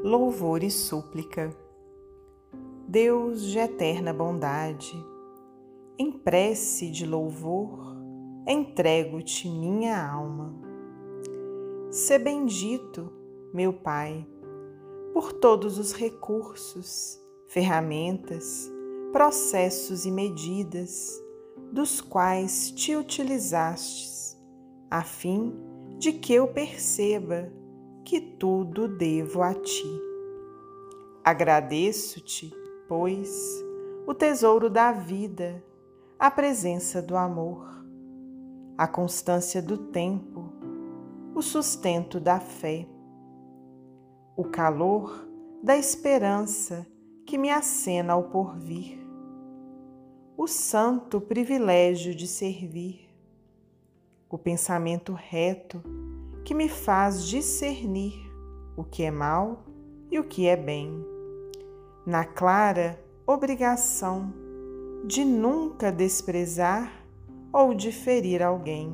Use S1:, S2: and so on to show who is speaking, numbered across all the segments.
S1: louvor e súplica. Deus de eterna bondade, em prece de louvor, entrego-te minha alma. Sê bendito, meu Pai, por todos os recursos, ferramentas, processos e medidas dos quais te utilizastes, a fim de que eu perceba que tudo devo a ti. Agradeço-te, pois, o tesouro da vida, a presença do amor, a constância do tempo, o sustento da fé, o calor da esperança que me acena ao porvir, o santo privilégio de servir, o pensamento reto que me faz discernir o que é mal e o que é bem, na clara obrigação de nunca desprezar ou de ferir alguém.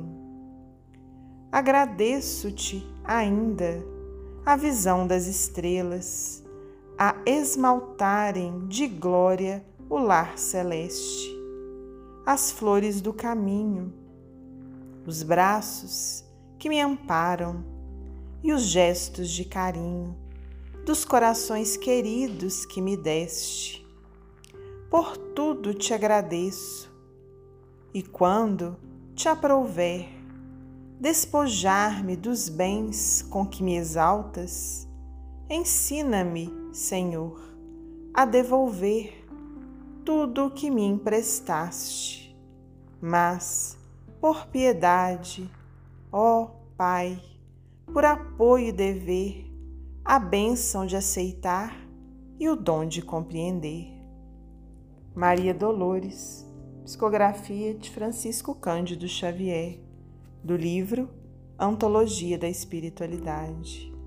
S1: Agradeço-te ainda a visão das estrelas, a esmaltarem de glória o lar celeste, as flores do caminho, os braços que me amparam e os gestos de carinho dos corações queridos que me deste. Por tudo te agradeço, e quando te aprouver despojar-me dos bens com que me exaltas, ensina-me, Senhor, a devolver tudo o que me emprestaste. Mas, por piedade, ó Pai, por apoio e dever, a bênção de aceitar e o dom de compreender. Maria Dolores, psicografia de Francisco Cândido Xavier, do livro Antologia da Espiritualidade.